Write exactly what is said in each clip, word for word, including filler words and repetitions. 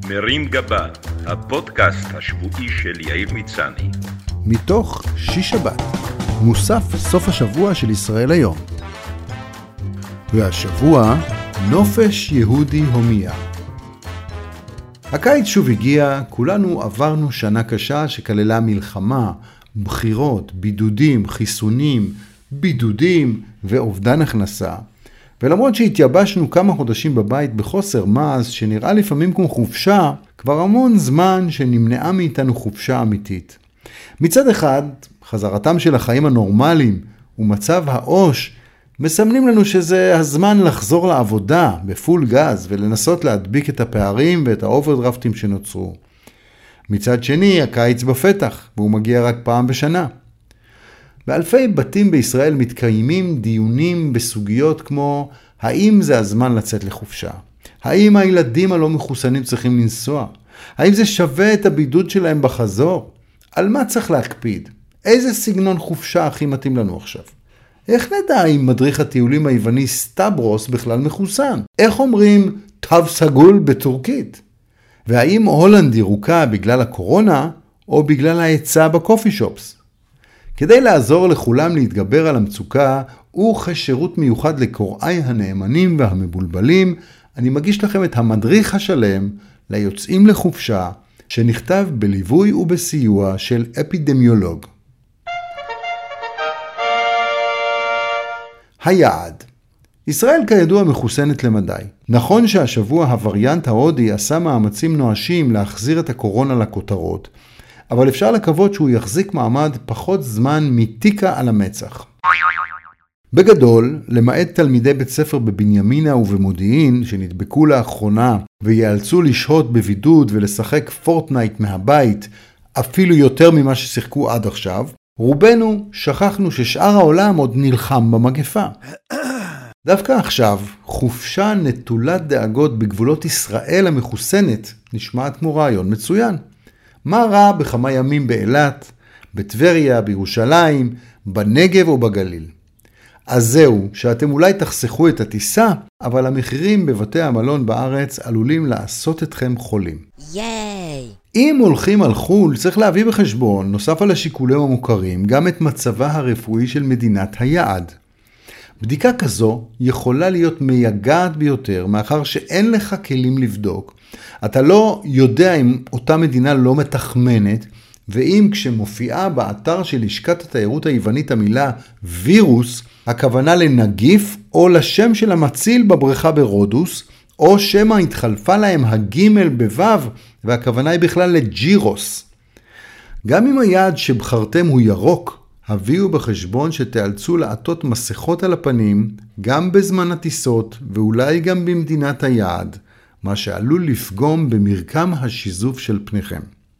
מרים גבה, הפודקאסט השבועי של יאיר מצני. מתוך שיש שבת, מוסף סוף השבוע של ישראל היום. והשבוע, נופש יהודי הומיה. הקיץ שוב הגיע, כולנו עברנו שנה קשה שכללה מלחמה, בחירות, בידודים, חיסונים, בידודים ואובדן הכנסה. ולמרות שהתייבשנו כמה חודשים בבית בחוסר מעש שנראה לפעמים כמו חופשה, כבר המון זמן שנמנעה מאיתנו חופשה אמיתית. מצד אחד, חזרתם של החיים הנורמליים ומצב העוש מסמנים לנו שזה הזמן לחזור לעבודה בפול גז ולנסות להדביק את הפערים ואת האוברדרפטים שנוצרו. מצד שני, הקיץ בפתח והוא מגיע רק פעם בשנה. באלפי בתים בישראל מתקיימים דיונים בסוגיות כמו האם זה הזמן לצאת לחופשה? האם הילדים הלא מחוסנים צריכים לנסוע? האם זה שווה את הבידוד שלהם בחזור? על מה צריך להקפיד? איזה סגנון חופשה הכי מתאים לנו עכשיו? איך נדע אם מדריך הטיולים היווני סטברוס בכלל מחוסן? איך אומרים תו סגול בטורקית? והאם הולנד ירוקה בגלל הקורונה או בגלל ההיצע בקופי שופס? כדי לעזור לכולם להתגבר על המצוקה וכשירות מיוחד לקוראי הנאמנים והמבולבלים, אני מגיש לכם את המדריך השלם ליוצאים לחופשה שנכתב בליווי ובסיוע של אפידמיולוג. היעד. ישראל כידוע מחוסנת למדי. נכון שהשבוע הווריאנט ההודי עשה מאמצים נואשים להחזיר את הקורונה לכותרות, אבל אפשר לקוות שהוא יחזיק מעמד פחות זמן מתיקה על המצח. בגדול, למעט תלמידי בית ספר בבנימינה ובמודיעין שנדבקו לאחרונה ויאלצו לשהות בבידוד ולשחק פורטנייט מהבית אפילו יותר ממה ששיחקו עד עכשיו, רובנו שכחנו ששאר העולם עוד נלחם במגפה. דווקא עכשיו, חופשה נטולת דאגות בגבולות ישראל המחוסנת נשמעת כמו רעיון מצוין. מה רע בכמה ימים באילת, בטבריה, בירושלים, בנגב או בגליל? אז זהו, שאתם אולי תחסכו את הטיסה, אבל המחירים בבתי המלון בארץ עלולים לעשות אתכם חולים. ייי! אם הולכים על חול, צריך להביא בחשבון, נוסף על השיקולים המוכרים, גם את מצבה הרפואי של מדינת היעד. בדיקה כזו יכולה להיות מייגעת ביותר, מאחר שאין לך כלים לבדוק. אתה לא יודע אם אותה מדינה לא מתחמנת, ואם כשמופיעה באתר של לשכת התיירות היוונית המילה וירוס, הכוונה לנגיף או לשם של המציל בבריכה ברודוס, או שמה התחלפה להם הגימל בוו, והכוונה היא בכלל לג'ירוס. גם אם היעד שבחרתם הוא ירוק, הביאו בחשבון שתאלצו לעטות מסכות על הפנים, גם בזמן הטיסות ואולי גם במדינת היעד, מה שעלול לפגום במרקם השיזוף של פניכם.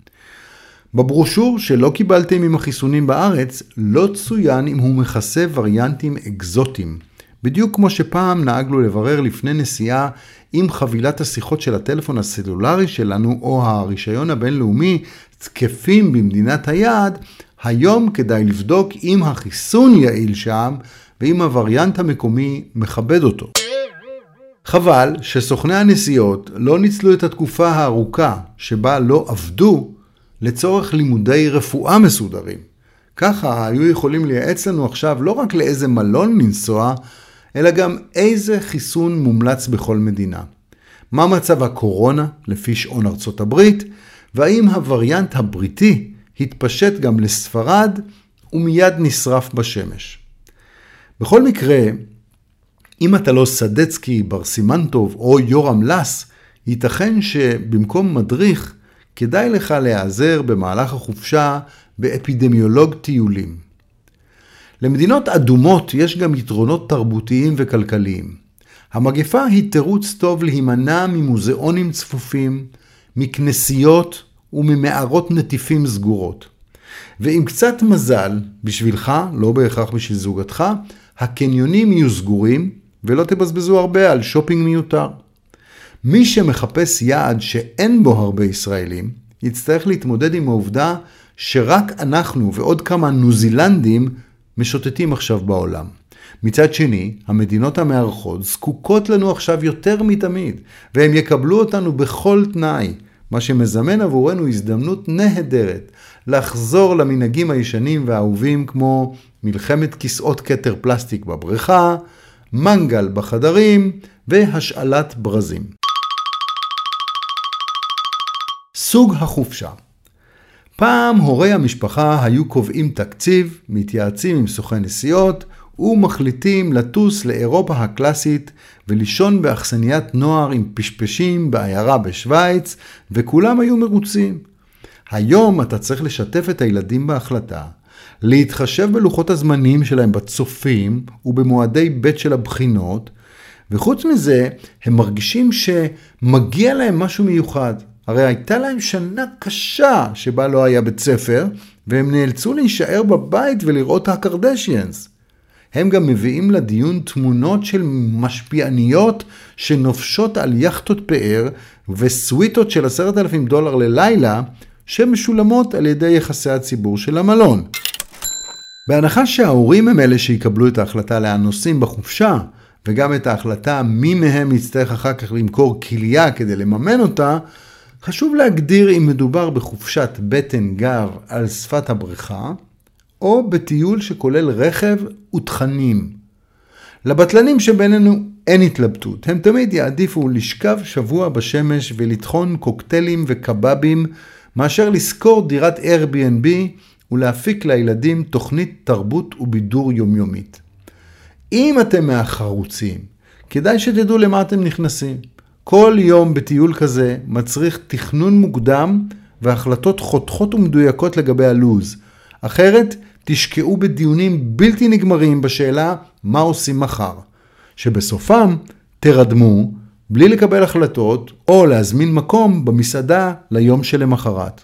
בברושור שלא קיבלתם עם החיסונים בארץ, לא צוין אם הוא מכסה וריאנטים אקזוטיים. בדיוק כמו שפעם נהגנו לברר לפני נסיעה אם חבילת השיחות של הטלפון הסלולרי שלנו או הרישיון הבינלאומי תקפים במדינת היעד, היום כדאי לבדוק אם החיסון יעיל שם ואם הווריאנט המקומי מכבד אותו. חבל שסוכני הנסיעות לא ניצלו את התקופה הארוכה שבה לא עבדו לצורך לימודי רפואה מסודרים. ככה היו יכולים לייעץ לנו עכשיו לא רק לאיזה מלון לנסוע, אלא גם איזה חיסון מומלץ בכל מדינה. מה מצב הקורונה לפי שעון ארצות הברית, והאם הווריאנט הבריטי התפשט גם לספרד ומיד נשרף בשמש. בכל מקרה, אם אתה לא סדצקי, ברסימנטוב או יורם לס, ייתכן שבמקום מדריך כדאי לך להיעזר במהלך החופשה באפידמיולוג טיולים. למדינות אדומות יש גם יתרונות תרבותיים וכלכליים. המגפה היא תירוץ טוב להימנע ממוזיאונים צפופים, מכנסיות וממערות נטיפים סגורות. ועם קצת מזל, בשבילך, לא בהכרח בשביל זוגתך, הקניונים יהיו סגורים ולא תבזבזו הרבה על שופינג מיותר. מי שמחפש יעד שאין בו הרבה ישראלים, יצטרך להתמודד עם העובדה שרק אנחנו ועוד כמה ניו-זילנדים משוטטים עכשיו בעולם. מצד שני, המדינות המארחות זקוקות לנו עכשיו יותר מתמיד, והם יקבלו אותנו בכל תנאי, מה שמזמן עבורנו הזדמנות נהדרת לחזור למנהגים הישנים והאהובים כמו מלחמת כיסאות כתר פלסטיק בבריכה, מנגל בחדרים והשאלת ברזים. סוג החופשה. פעם הורי המשפחה היו קובעים תקציב, מתייעצים עם סוכן נסיעות ומחליטים לטוס לאירופה הקלאסית ולישון באכסניית נוער עם פשפשים בעיירה בשוויץ, וכולם היו מרוצים. היום אתה צריך לשתף את הילדים בהחלטה, להתחשב בלוחות הזמנים שלהם בצופים ובמועדי בית של הבחינות, וחוץ מזה הם מרגישים שמגיע להם משהו מיוחד. הרי הייתה להם שנה קשה שבה לא היה בית ספר, והם נאלצו להישאר בבית ולראות הקרדשיאנס. הם גם מביאים לדיון תמונות של משפיעניות שנופשות על יחטות פאר וסוויטות של עשרת אלפים דולר ללילה שמשולמות על ידי יחסי הציבור של המלון. בהנחה שההורים הם אלה שיקבלו את ההחלטה לאן נוסעים בחופשה, וגם את ההחלטה מי מהם יצטרך אחר כך למכור כליה כדי לממן אותה, חשוב להגדיר אם מדובר בחופשת בטן גב על שפת הבריכה, או בטיול שכולל רכב ותכנים. לבטלנים שבינינו אין התלבטות, הם תמיד יעדיפו לשכב שבוע בשמש ולטחון קוקטיילים וקבבים, מאשר לשכור דירת Airbnb ולהפיק לילדים תוכנית תרבות ובידור יומיומית. אם אתם מהחרוצים, כדאי שתדעו למה אתם נכנסים. כל יום בטיול כזה מצריך תכנון מוקדם והחלטות חותכות ומדויקות לגבי הלוז. אחרת תשקעו בדיונים בלתי נגמרים בשאלה מה עושים מחר, שבסופם תרדמו בלי לקבל החלטות או להזמין מקום במסעדה ליום שלמחרת.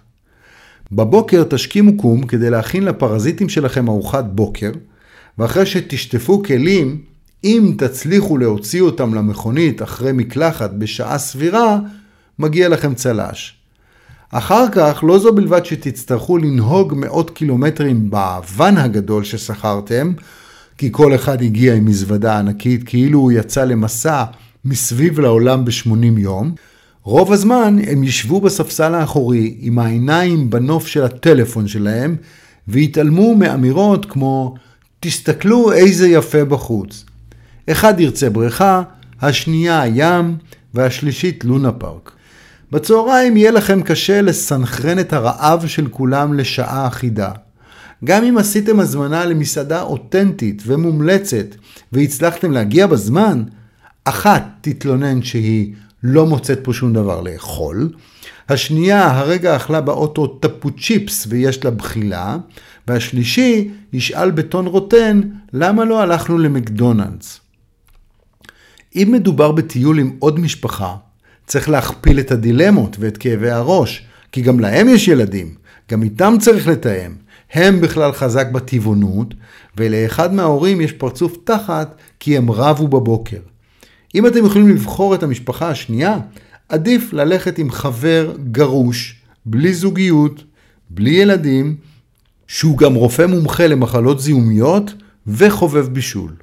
בבוקר תשכימו קום כדי להכין לפרזיטים שלכם ארוחת בוקר, ואחרי שתשטפו כלים, אם תצליחו להוציא אותם למכונית אחרי מקלחת בשעה סבירה, מגיע לכם צלש. אחר כך לא זו בלבד שתצטרכו לנהוג מאות קילומטרים באבן הגדול ששכרתם, כי כל אחד הגיע עם מזוודה ענקית כאילו הוא יצא למסע מסביב לעולם ב-שמונים יום, רוב הזמן הם ישבו בספסל האחורי עם העיניים בנוף של הטלפון שלהם, והתעלמו מאמירות כמו תסתכלו איזה יפה בחוץ. אחד ירצה בריכה, השנייה ים, והשלישית לונה פארק. בצהריים יהיה לכם קשה לסנכרן את הרעב של כולם לשעה אחידה. גם אם עשיתם הזמנה למסעדה אותנטית ומומלצת והצלחתם להגיע בזמן, אחת תתלונן שהיא לא מוצאת פה שום דבר לאכול, השנייה הרגע אכלה באוטו טפו צ'יפס ויש לה בחילה, והשלישי ישאל בטון רוטן למה לא הלכנו למקדונלדס. אם מדובר בטיול עם עוד משפחה, צריך להכפיל את הדילמות ואת כאבי הראש, כי גם להם יש ילדים, גם איתם צריך לתאם. הם בכלל חזק בטבעונות, ולאחד מההורים יש פרצוף תחת כי הם רבו בבוקר. אם אתם יכולים לבחור את המשפחה השנייה, עדיף ללכת עם חבר גרוש, בלי זוגיות, בלי ילדים, שהוא גם רופא מומחה למחלות זיהומיות וחובב בישול.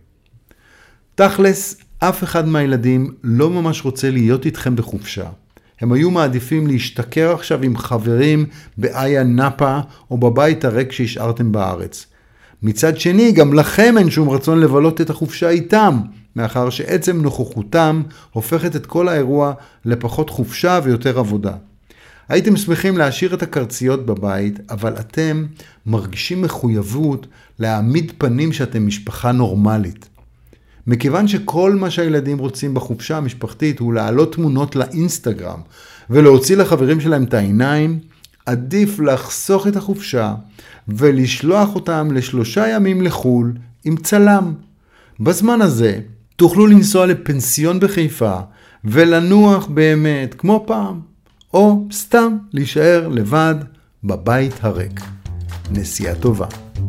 תכלס, אף אחד מהילדים לא ממש רוצה להיות איתכם בחופשה. הם היו מעדיפים להשתכר עכשיו עם חברים באיה נאפה או בבית הריק שהשארתם בארץ. מצד שני, גם לכם אין שום רצון לבלות את החופשה איתם, מאחר שעצם נוכחותם הופכת את כל האירוע לפחות חופשה ויותר עבודה. הייתם שמחים להשאיר את הקרציות בבית, אבל אתם מרגישים מחויבות להעמיד פנים שאתם משפחה נורמלית. מכיוון שכל מה שהילדים רוצים בחופשה המשפחתית הוא להעלות תמונות לאינסטגרם ולהוציא לחברים שלהם את העיניים, עדיף לחסוך את החופשה ולשלוח אותם לשלושה ימים לחול עם צלם. בזמן הזה תוכלו לנסוע לפנסיון בחיפה ולנוח באמת כמו פעם, או סתם להישאר לבד בבית הריק. נסיעה טובה.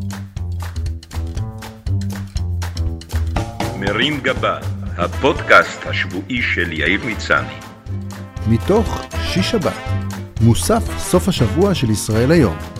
מרים גבה, הפודקאסט השבועי של יאיר מצני. מתוך שיש שבת, מוסף סוף השבוע של ישראל היום.